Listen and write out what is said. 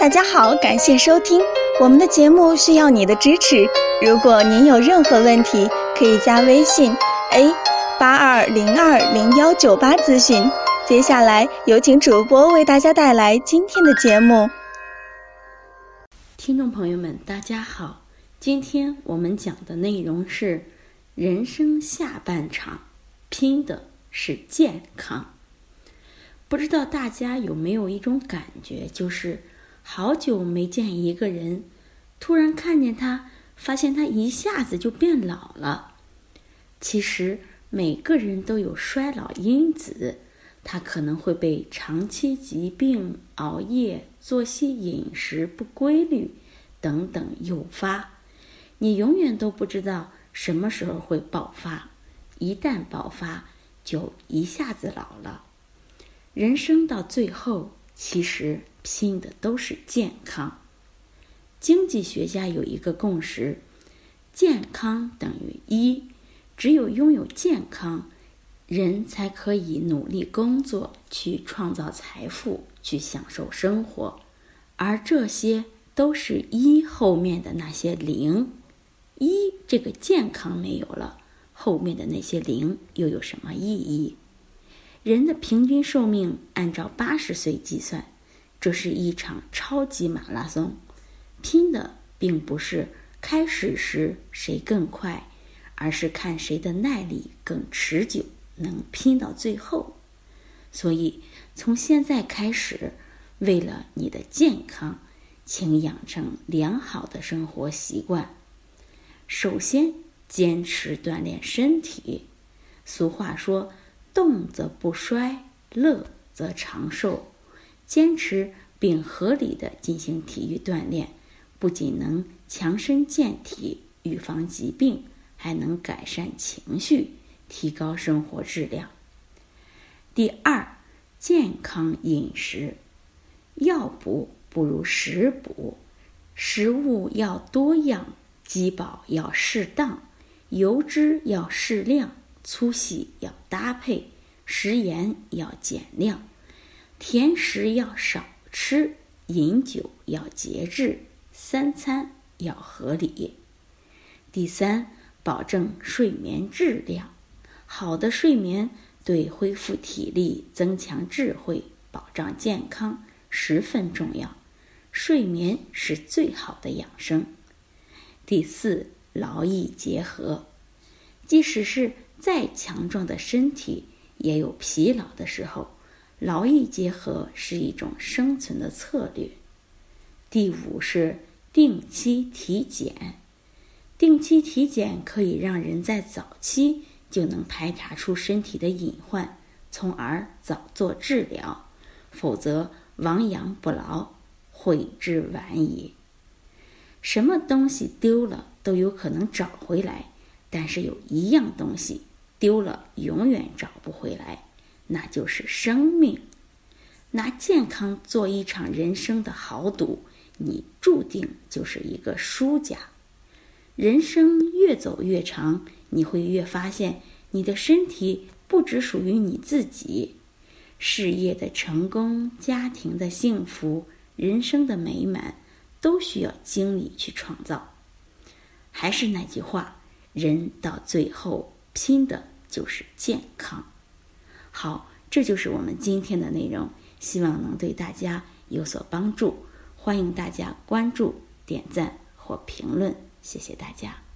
大家好，感谢收听我们的节目，需要你的支持。如果您有任何问题，可以加微信 A82020198咨询。接下来有请主播为大家带来今天的节目。 听众朋友们，大家好，今天我们讲的内容是人生下半场，拼的是健康。不知道大家有没有一种感觉，就是好久没见一个人，突然看见他，发现他一下子就变老了。其实每个人都有衰老因子，他可能会被长期疾病、熬夜、作息饮食不规律等等诱发，你永远都不知道什么时候会爆发，一旦爆发就一下子老了。人生到最后，其实拼的都是健康。经济学家有一个共识，健康等于1，只有拥有健康，人才可以努力工作，去创造财富，去享受生活。而这些都是1后面的那些0，这个健康没有了，后面的那些0又有什么意义？人的平均寿命按照80岁计算，这是一场超级马拉松，拼的并不是开始时谁更快，而是看谁的耐力更持久，能拼到最后。所以从现在开始，为了你的健康，请养成良好的生活习惯。首先，坚持锻炼身体。俗话说，动则不衰，乐则长寿。坚持并合理的进行体育锻炼，不仅能强身健体，预防疾病，还能改善情绪，提高生活质量。第二，健康饮食。药补不如食补，食物要多样，饥饱要适当，油脂要适量，粗细要搭配，食盐要减量，甜食要少吃，饮酒要节制，3餐要合理。第三，保证睡眠质量。好的睡眠对恢复体力、增强智慧、保障健康十分重要，睡眠是最好的养生。第四，劳逸结合。即使是再强壮的身体，也有疲劳的时候，劳逸结合是一种生存的策略。第五是定期体检。定期体检可以让人在早期就能排查出身体的隐患，从而早做治疗，否则亡羊补牢，悔之晚矣。什么东西丢了都有可能找回来，但是有一样东西丢了永远找不回来，那就是生命。拿健康做一场人生的豪赌，你注定就是一个输家。人生越走越长，你会越发现你的身体不只属于你自己，事业的成功、家庭的幸福、人生的美满，都需要精力去创造。还是那句话，人到最后拼的就是健康。好，这就是我们今天的内容，希望能对大家有所帮助。欢迎大家关注、点赞或评论，谢谢大家。